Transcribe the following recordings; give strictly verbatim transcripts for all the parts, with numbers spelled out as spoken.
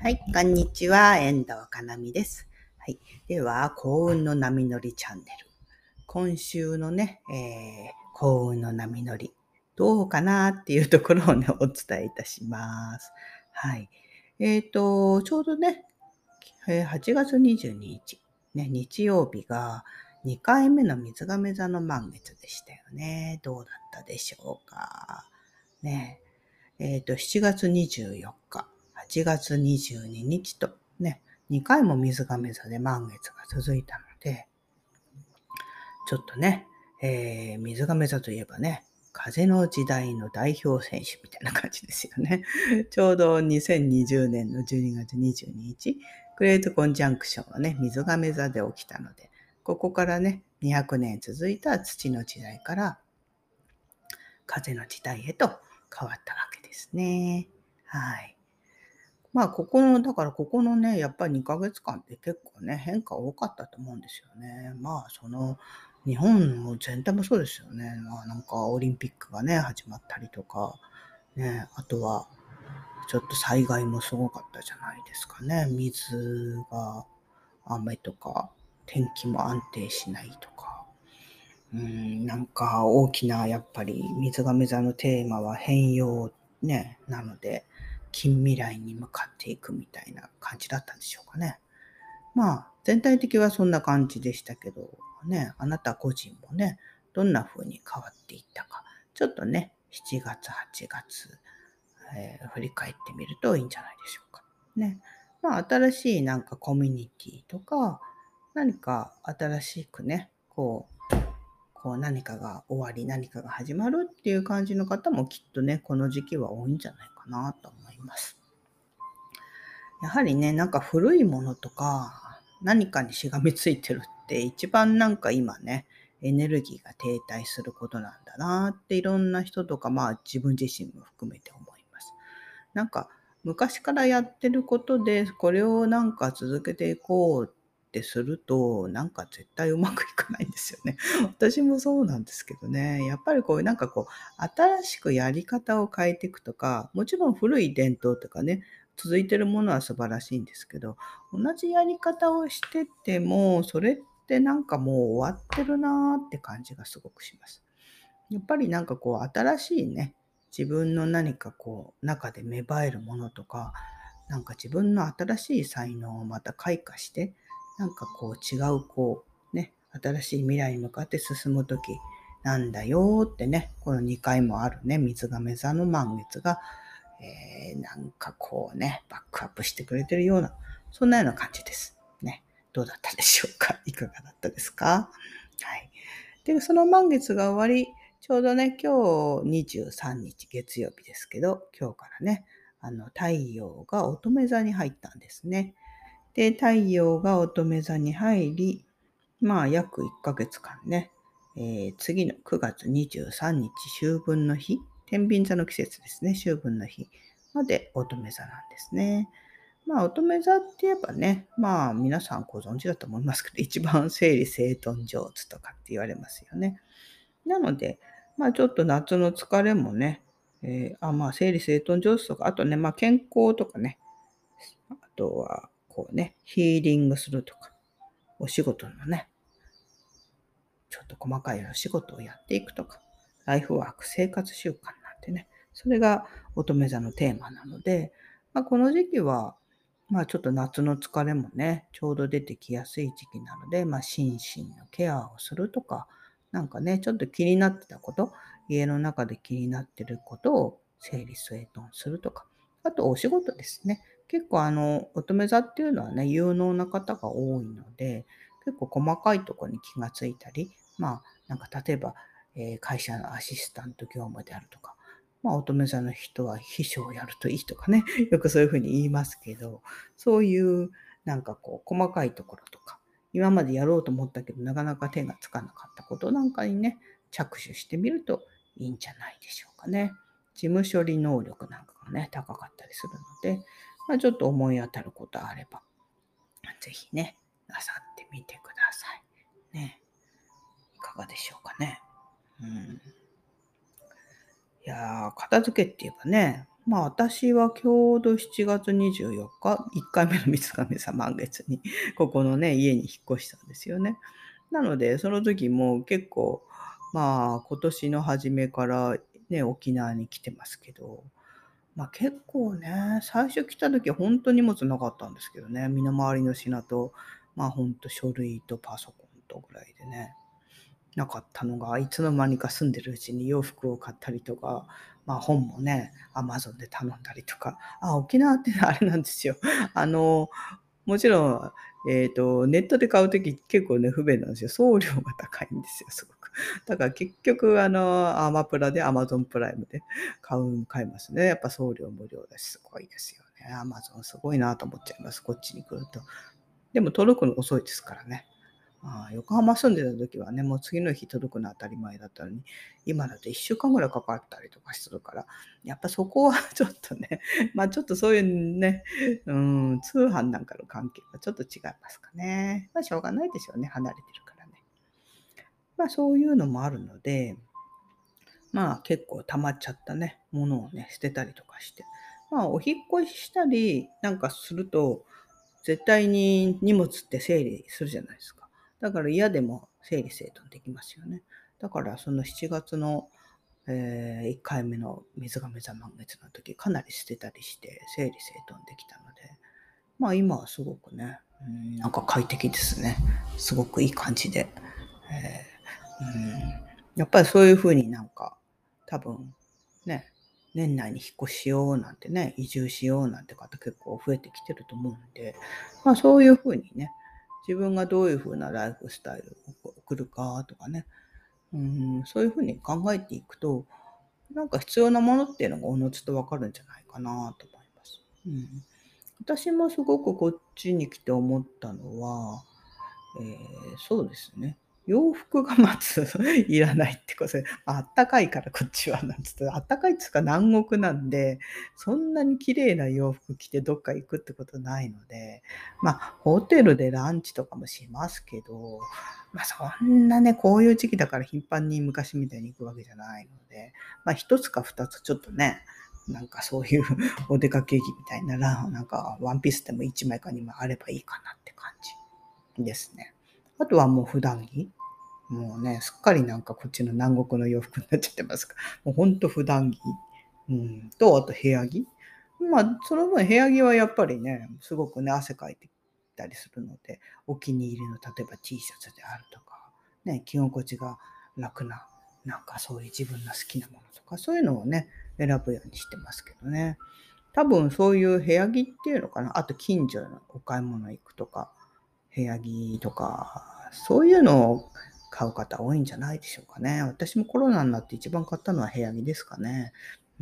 はい、こんにちは、遠藤かなみです。はい、では、幸運の波乗りチャンネル。今週のね、えー、幸運の波乗り、どうかなっていうところをね、お伝えいたします。はい。えっ、と、ちょうどね、えーはちがつにじゅうににち、ね、日曜日がにかいめの水亀座の満月でしたよね。どうだったでしょうか。ね。えっ、と、しちがつにじゅうよっか、はちがつにじゅうににちとね、にかいも水亀座で満月が続いたので、ちょっとね、えー、水亀座といえばね、風の時代の代表選手みたいな感じですよね。ちょうどにせんにじゅうねんのじゅうにがつにじゅうににち、グレートコンジャンクションはね、水亀座で起きたので、ここからね、にひゃくねん続いた土の時代から風の時代へと変わったわけですね。はい。まあ、ここの、だからここのね、やっぱりにかげつかんって結構ね、変化多かったと思うんですよね。まあ、その、日本も全体もそうですよね。まあ、なんかオリンピックがね、始まったりとか、ね、あとは、ちょっと災害もすごかったじゃないですかね。水が、雨とか、天気も安定しないとか。うん、なんか大きな、やっぱり水亀座のテーマは変容ね、なので、近未来に向かっていくみたいな感じだったんでしょうかね。まあ、全体的はそんな感じでしたけど、ね、あなた個人もね、どんな風に変わっていったか、ちょっとね、しちがつ、はちがつ、えー振り返ってみるといいんじゃないでしょうか。ね。まあ、新しいなんかコミュニティとか、何か新しくね、こう、こう何かが終わり、何かが始まるっていう感じの方もきっとね、この時期は多いんじゃないかなと思います。やはりね、なんか古いものとか、何かにしがみついてるって一番なんか今ね、エネルギーが停滞することなんだなっていろんな人とか、まあ自分自身も含めて思います。なんか昔からやってることで、これをなんか続けていこうってすると、なんか絶対うまくいかないんですよね。私もそうなんですけどね。やっぱりこうなんかこう、新しくやり方を変えていくとか、もちろん古い伝統とかね、続いてるものは素晴らしいんですけど、同じやり方をしてても、それってなんかもう終わってるなーって感じがすごくします。やっぱりなんかこう新しいね、自分の何かこう中で芽生えるものとか、なんか自分の新しい才能をまた開花して、なんかこう違うこうね、新しい未来に向かって進むときなんだよってね、このにかいもあるね、水亀座の満月が、えー、なんかこうね、バックアップしてくれてるような、そんなような感じです。ね。どうだったでしょうか？いかがだったですか？はい。で、その満月が終わり、ちょうどね、今日にじゅうさんにち月曜日ですけど、今日からね、あの、太陽が乙女座に入ったんですね。で、太陽が乙女座に入り、まあ、約いっかげつかんね、えー次のくがつにじゅうさんにち秋分の日、天秤座の季節ですね、秋分の日まで乙女座なんですね。まあ、乙女座って言えばね、まあ、皆さんご存知だと思いますけど、一番整理整頓上手とかって言われますよね。なので、まあ、ちょっと夏の疲れもね、えーあ、まあ、整理整頓上手とか、あとね、まあ、健康とかね、あとは、こうね、ヒーリングするとか、お仕事のね、ちょっと細かいお仕事をやっていくとか、ライフワーク、生活習慣なんてね、それが乙女座のテーマなので、まあ、この時期は、まあちょっと夏の疲れもね、ちょうど出てきやすい時期なので、まあ心身のケアをするとか、なんかね、ちょっと気になってたこと、家の中で気になってることを整理整頓するとか、あとお仕事ですね。結構あの、乙女座っていうのはね、有能な方が多いので、結構細かいところに気がついたり、まあ、なんか例えば、えー会社のアシスタント業務であるとか、まあ、乙女座の人は秘書をやるといいとかね、よくそういうふうに言いますけど、そういうなんかこう、細かいところとか、今までやろうと思ったけど、なかなか手がつかなかったことなんかにね、着手してみるといいんじゃないでしょうかね。事務処理能力なんかがね、高かったりするので、まあ、ちょっと思い当たることあれば、ぜひね、なさってみてください。ね。いかがでしょうかね。うん。いやー、片付けって言えばね、 まあ私はちょうどしちがつにじゅうよっか、いっかいめの三つ神さ満月に、ここのね、家に引っ越したんですよね。なので、その時も結構、まあ今年の初めからね、沖縄に来てますけど、まあ結構ね、最初来た時は本当に荷物なかったんですけどね、身の回りの品と、まあ本当書類とパソコンとぐらいでね。なかったのが、いつの間にか住んでるうちに洋服を買ったりとか、まあ、本もね、アマゾンで頼んだりとか。あ、沖縄ってあれなんですよ。あの、もちろん、えっと、ネットで買うとき結構ね、不便なんですよ。送料が高いんですよ、すごく。だから結局、あの、アマプラで、アマゾンプライムで買う買いますね。やっぱ送料無料だし、すごいですよね。アマゾンすごいなと思っちゃいます、こっちに来ると。でも届くの遅いですからね。ああ、横浜住んでた時はね、もう次の日届くの当たり前だったのに、今だといっしゅうかんぐらいかかったりとかするから、やっぱそこはちょっとね、ま、ちょっとそういうね、うーん、通販なんかの関係はちょっと違いますかね。ま、しょうがないでしょうね、離れてるからね。ま、そういうのもあるので、まあ、結構溜まっちゃったね、ものをね、捨てたりとかして。まあ、お引っ越ししたりなんかすると、絶対に荷物って整理するじゃないですか。だから嫌でも整理整頓できますよね。だからそのしちがつの、えーいっかいめの水亀座満月の時、かなり捨てたりして整理整頓できたので、まあ今はすごくね、うん、なんか快適ですね。すごくいい感じで。えーうん、やっぱりそういう風になんか、多分ね、年内に引っ越ししようなんてね、移住しようなんて方結構増えてきてると思うんで、まあそういう風にね、自分がどういう風なライフスタイルを送るかとかね、うん、そういう風に考えていくと、なんか必要なものっていうのがおのずとわかるんじゃないかなと思います。うん、私もすごくこっちに来て思ったのは、えーそうですね。洋服がまずいらないってことで、あったかいからこっちはなんつって、あったかいっつうか南国なんで、そんなに綺麗な洋服着てどっか行くってことないので、まあ、ホテルでランチとかもしますけど、ま、そんなね、こういう時期だから頻繁に昔みたいに行くわけじゃないので、ま、一つか二つちょっとね、なんかそういうお出かけ着みたいなら、なんかワンピースでもいちまいかにまいあればいいかなって感じですね。あとはもう普段着。もうね、すっかりなんかこっちの南国の洋服になっちゃってますが、もうほんと普段着。うん、と、あと部屋着。まあ、その分部屋着はやっぱりね、すごくね、汗かいてきたりするので、お気に入りの例えば T シャツであるとか、ね、着心地が楽な、なんかそういう自分の好きなものとか、そういうのをね、選ぶようにしてますけどね。多分そういう部屋着っていうのかな、あと近所のお買い物行くとか、部屋着とか、そういうのを買う方多いんじゃないでしょうかね。私もコロナになって一番買ったのは部屋着ですかね。うん、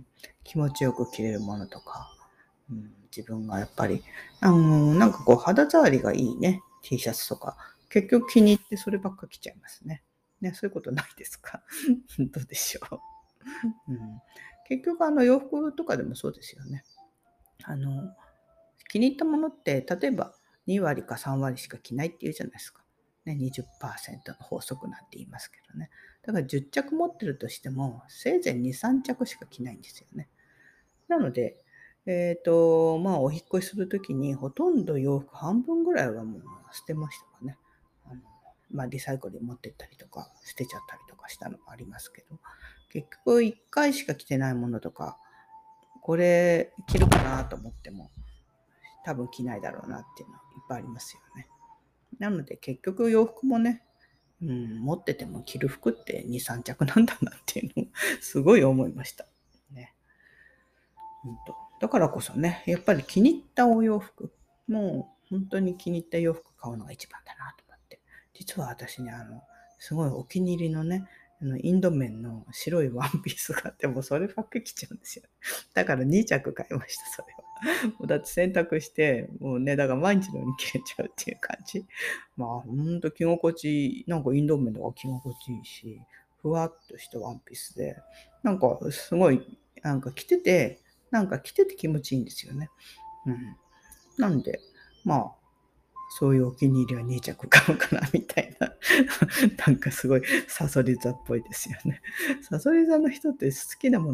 気持ちよく着れるものとか、うん、自分がやっぱり、あの、なんかこう肌触りがいいね、T シャツとか、結局気に入ってそればっか着ちゃいますね。ね、そういうことないですか？どうでしょう。うん、結局あの洋服とかでもそうですよね。あの、気に入ったものって、例えばに割かさん割しか着ないって言うじゃないですか。ね、にじゅっパーセントの法則なんて言いますけどね。だからじゅっ着持ってるとしても、せいぜいに、さん着しか着ないんですよね。なので、えっと、まあ、お引っ越しするときに、ほとんど洋服半分ぐらいはもう捨てましたかね。あの、まあ、リサイクルに持ってったりとか、捨てちゃったりとかしたのもありますけど、結局いっかいしか着てないものとか、これ着るかなと思っても、多分着ないだろうなっていうのいっぱいありますよね。なので結局洋服もね、うん、持ってても着る服ってに、さん着なんだなっていうのをすごい思いました。ね。ほんと。だからこそね、やっぱり気に入ったお洋服、もう本当に気に入った洋服買うのが一番だなと思って。実は私ね、あの、すごいお気に入りのね、あのインド麺の白いワンピースがあって、もうそればっかり着ちゃうんですよ。だからに着買いました、それは。もうだって洗濯して、もうね、だから毎日のように着れちゃうっていう感じ。まあ、ほんと着心地いい、なんかインド麺とか着心地いいし、ふわっとしたワンピースで、なんかすごい、なんか着てて、なんか着てて気持ちいいんですよね。うん。なんで、まあ、そういうお気に入りはに着買うかなみたいな。なんかすごいサソリ座っぽいですよね。サソリ座の人って好きなものと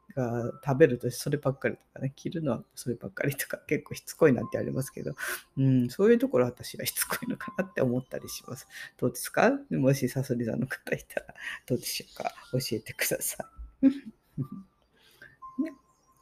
が食べるとそればっかりとかね、着るのはそればっかりとか、結構しつこいなってありますけど、うん、そういうところ私はしつこいのかなって思ったりします。どうですか？もしさそり座の方いたらどうでしょうか？教えてください。ね。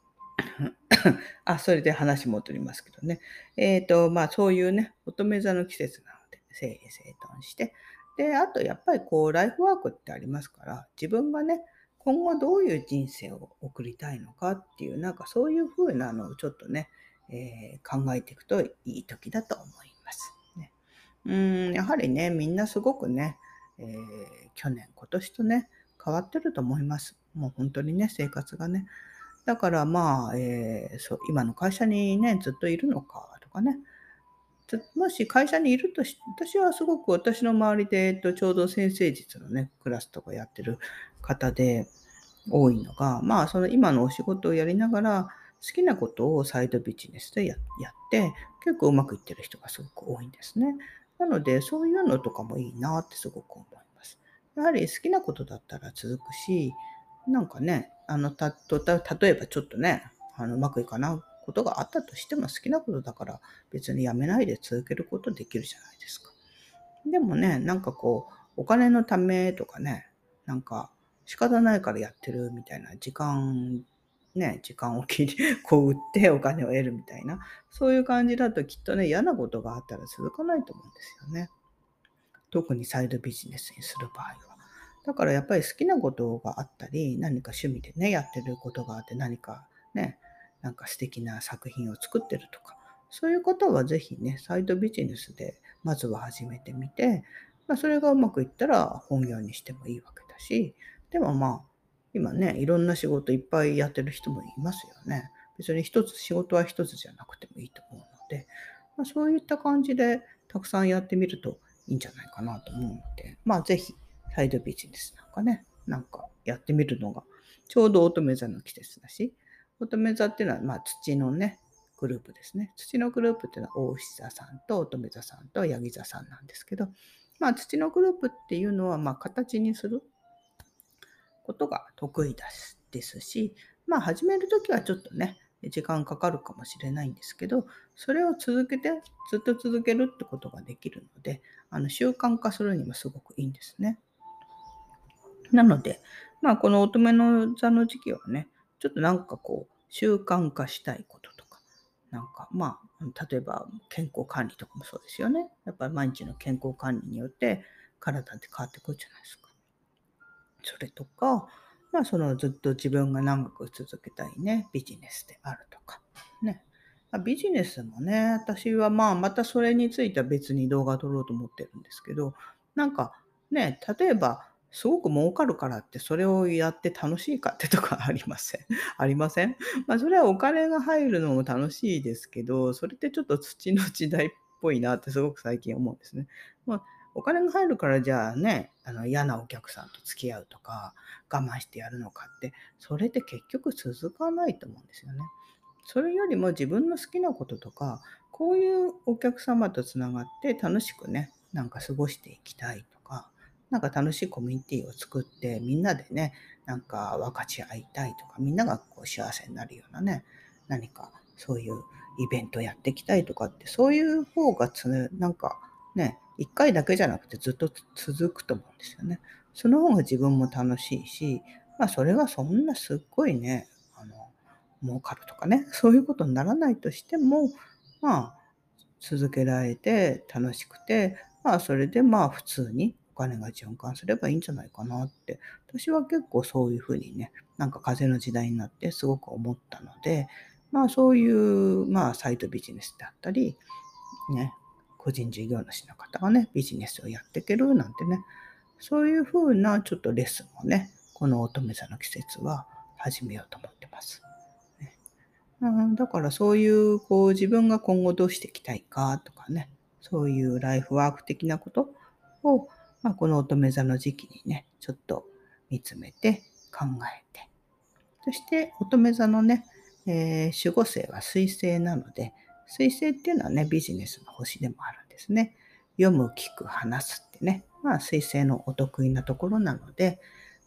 あ、それで話戻りますけどね。えっと、まあ、そういうね、乙女座の季節なので、整理整頓して、で、あとやっぱりこう、ライフワークってありますから、自分がね、今後どういう人生を送りたいのかっていう、なんかそういう風なのをちょっとね、えー考えていくといい時だと思います。ね、うーん、やはりね、みんなすごくね、えー去年、今年とね、変わってると思います。もう本当にね、生活がね。だからまあ、えーそう、今の会社にね、ずっといるのかとかね。ずもし会社にいるとし私はすごく私の周りで、えっと、ちょうど先生術のね、クラスとかやってる方で多いのが、まあ、その今のお仕事をやりながら、好きなことをサイドビジネスでややって、結構うまくいってる人がすごく多いんですね。なので、そういうのとかもいいなってすごく思います。やはり好きなことだったら続くし、なんかね、あの、たとた例えばちょっとね、あの、うまくいかないことがあったとしても好きなことだから別にやめないで続けることできるじゃないですか。でもね、なんかこう、お金のためとかね、なんか仕方ないからやってるみたいな時間、ね、時間を切り、こう売ってお金を得るみたいな、そういう感じだときっとね、嫌なことがあったら続かないと思うんですよね。特にサイドビジネスにする場合は。だからやっぱり好きなことがあったり、何か趣味でね、やってることがあって、何かね、なんか素敵な作品を作ってるとか、そういう方はぜひね、サイドビジネスでまずは始めてみて、まあ、それがうまくいったら本業にしてもいいわけだし、でもまあ、今ね、いろんな仕事いっぱいやってる人もいますよね。別に一つ、仕事は一つじゃなくてもいいと思うので、まあ、そういった感じでたくさんやってみるといいんじゃないかなと思うので、まあぜひサイドビジネスなんかね、なんかやってみるのが、ちょうど乙女座の季節だし、乙女座っていうのはまあ土のね、グループですね。土のグループっていうのは大牛座さんと乙女座さんとヤギ座さんなんですけど、まあ土のグループっていうのはまあ形にすることが得意だしですし、まあ始めるときはちょっとね、時間かかるかもしれないんですけど、それを続けて、ずっと続けるってことができるので、あの習慣化するにもすごくいいんですね。なので、まあこの乙女の座の時期はね、ちょっとなんかこう、習慣化したいこととか、なんかまあ、例えば健康管理とかもそうですよね。やっぱり毎日の健康管理によって体って変わってくるじゃないですか。それとか、まあ、そのずっと自分が長く続けたいね、ビジネスであるとか、ね。まあビジネスもね、私はまあ、またそれについては別に動画撮ろうと思ってるんですけど、なんかね、例えば、すごく儲かるからってそれをやって楽しいかってとかありません？ありません？まあ、それはお金が入るのも楽しいですけど、それってちょっと土の時代っぽいなってすごく最近思うんですね。まあお金が入るからじゃあね、あの嫌なお客さんと付き合うとか、我慢してやるのかって、それって結局続かないと思うんですよね。それよりも自分の好きなこととか、こういうお客様とつながって楽しくね、なんか過ごしていきたいとか、なんか楽しいコミュニティを作ってみんなでね、なんか分かち合いたいとか、みんながこう幸せになるようなね、何かそういうイベントやっていきたいとかって、そういう方がつなんかね、いっかいだけじゃなくてずっと続くと思うんですよね。その方が自分も楽しいし、まあそれがそんなすっごいね、あの、儲かるとかね、そういうことにならないとしても、まあ、続けられて楽しくて、まあそれでまあ普通にお金が循環すればいいんじゃないかなって、私は結構そういうふうにね、なんか風の時代になってすごく思ったので、まあそういう、まあサイトビジネスであったり、ね、個人事業主の方がね、ビジネスをやっていけるなんてね、そういう風なちょっとレッスンをね、この乙女座の季節は始めようと思ってます。ね、うん、だからそういう、こう自分が今後どうしていきたいかとかね、そういうライフワーク的なことを、まあ、この乙女座の時期にね、ちょっと見つめて考えて、そして乙女座のね、えー守護星は水星なので、水星っていうのはね、ビジネスの星でもあるんですね。読む、聞く、話すってね、まあ水星のお得意なところなので、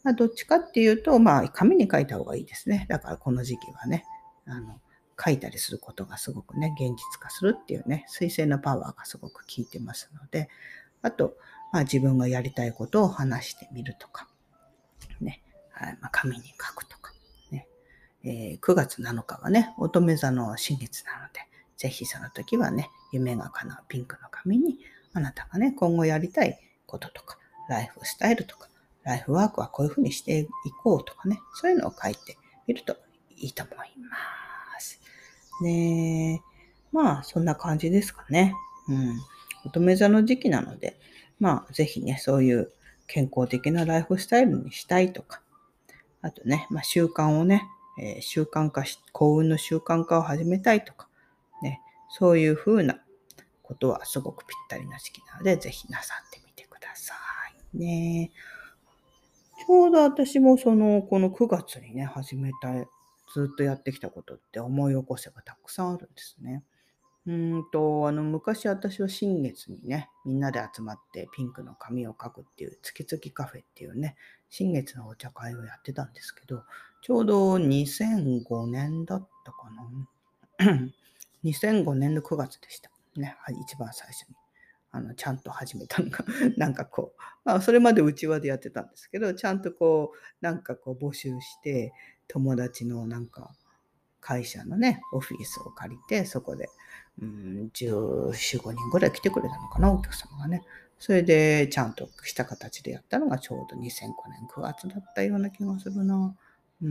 まあ、どっちかっていうと、まあ、紙に書いた方がいいですね。だからこの時期はね、あの、書いたりすることがすごくね、現実化するっていうね、水星のパワーがすごく効いてますので、あと、まあ、自分がやりたいことを話してみるとか、ね、はい、まあ、紙に書くとか、ね、えーくがつなのかはね、乙女座の新月なので、ぜひその時はね、夢が叶うピンクの紙に、あなたがね、今後やりたいこととか、ライフスタイルとか、ライフワークはこういうふうにしていこうとかね、そういうのを書いてみるといいと思います。ねえ。まあ、そんな感じですかね。うん。乙女座の時期なので、まあ、ぜひね、そういう健康的なライフスタイルにしたいとか、あとね、まあ、習慣をね、えー習慣化し、幸運の習慣化を始めたいとか、ね、そういうふうなことはすごくぴったりな時期なので、ぜひなさってみてください。ね。ちょうど私もその、このくがつにね、始めた、ずっとやってきたことって思い起こせばたくさんあるんですね。うーんと、あの、昔私は新月にね、みんなで集まってピンクの紙を書くっていう月々カフェっていうね、新月のお茶会をやってたんですけど、ちょうどにせんごねんだったかな。にせんごねんのくがつでした。ね、はい一番最初に。あの、ちゃんと始めたのが、なんかこう、まあ、それまで内輪でやってたんですけど、ちゃんとこう、なんかこう募集して、友達のなんか、会社のね、オフィスを借りて、そこで、うん、じゅうよん、ごにんぐらい来てくれたのかな、お客様がね。それで、ちゃんとした形でやったのがちょうどにせんごねんくがつだったような気がするな。うん。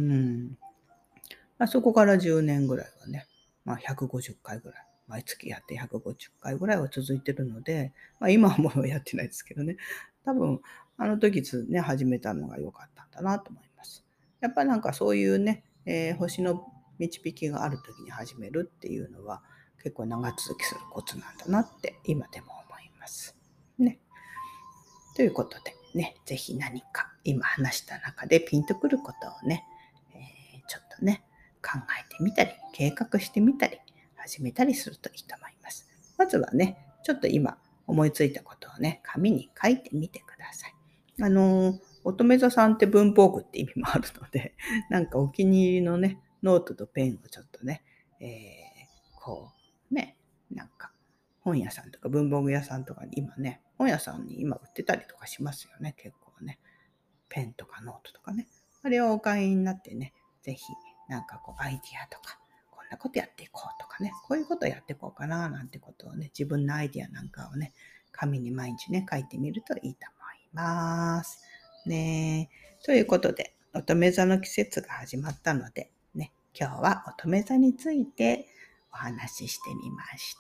まあ、そこからじゅうねんぐらいはね、まあ、ひゃくごじゅっかいぐらい、毎月やってひゃくごじゅっかいぐらいは続いてるので、まあ、今はもうやってないですけどね。多分、あの時つね、始めたのが良かったんだなと思います。やっぱりなんかそういうね、えー星の導きがある時に始めるっていうのは、結構長続きするコツなんだなって今でも思います。ね。ということでね、ぜひ何か今話した中でピンとくることをね、えーちょっとね、考えてみたり、計画してみたり、始めたりするといいと思います。まずはね、ちょっと今思いついたことをね、紙に書いてみてください。あのー、乙女座さんって文房具って意味もあるので、なんかお気に入りのね、ノートとペンをちょっとね、えーこう、ね、なんか本屋さんとか文房具屋さんとかに今ね、本屋さんに今売ってたりとかしますよね、結構ね。ペンとかノートとかね。あれをお買いになってね、ぜひなんかこうアイディアとか、こんなことやっていこうとかね、こういうことやっていこうかななんてことをね、自分のアイディアなんかをね、紙に毎日ね、書いてみるといいと思います。ねえ。ということで、乙女座の季節が始まったので、ね、今日は乙女座についてお話ししてみました。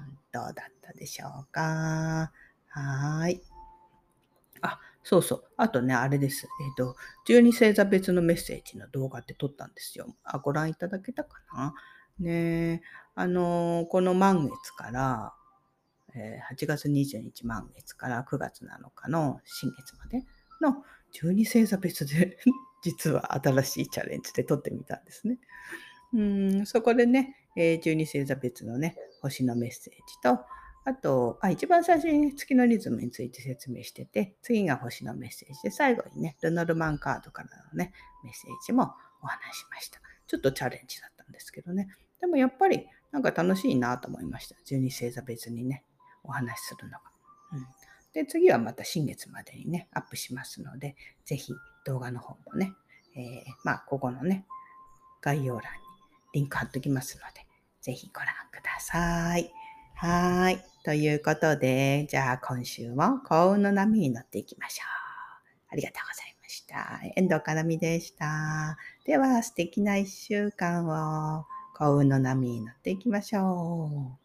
どうだったでしょうか？はーい。あ、そうそう。あとね、あれです。えっと、じゅうに星座別のメッセージの動画って撮ったんですよ。あ、ご覧いただけたかな？ねえ、あのーこの満月から、えーはちがつにじゅうににち満月からくがつなのかの新月までのじゅうに星座別で実は新しいチャレンジで撮ってみたんですね。うーん、そこでね、えーじゅうに星座別のね、星のメッセージと、あと、あ、一番最初に月のリズムについて説明してて、次が星のメッセージで、最後にね、ルノルマンカードからのね、メッセージもお話ししました。ちょっとチャレンジだったんですけどね。でもやっぱりなんか楽しいなと思いました。じゅうに星座別にね、お話しするのが。うん、で、次はまた新月までにね、アップしますので、ぜひ動画の方もね、えーまあ、ここのね、概要欄にリンク貼っときますので、ぜひご覧ください。はーい。ということで、じゃあ今週も幸運の波に乗っていきましょう。ありがとうございました。遠藤かなみでした。では素敵な一週間を幸運の波に乗っていきましょう。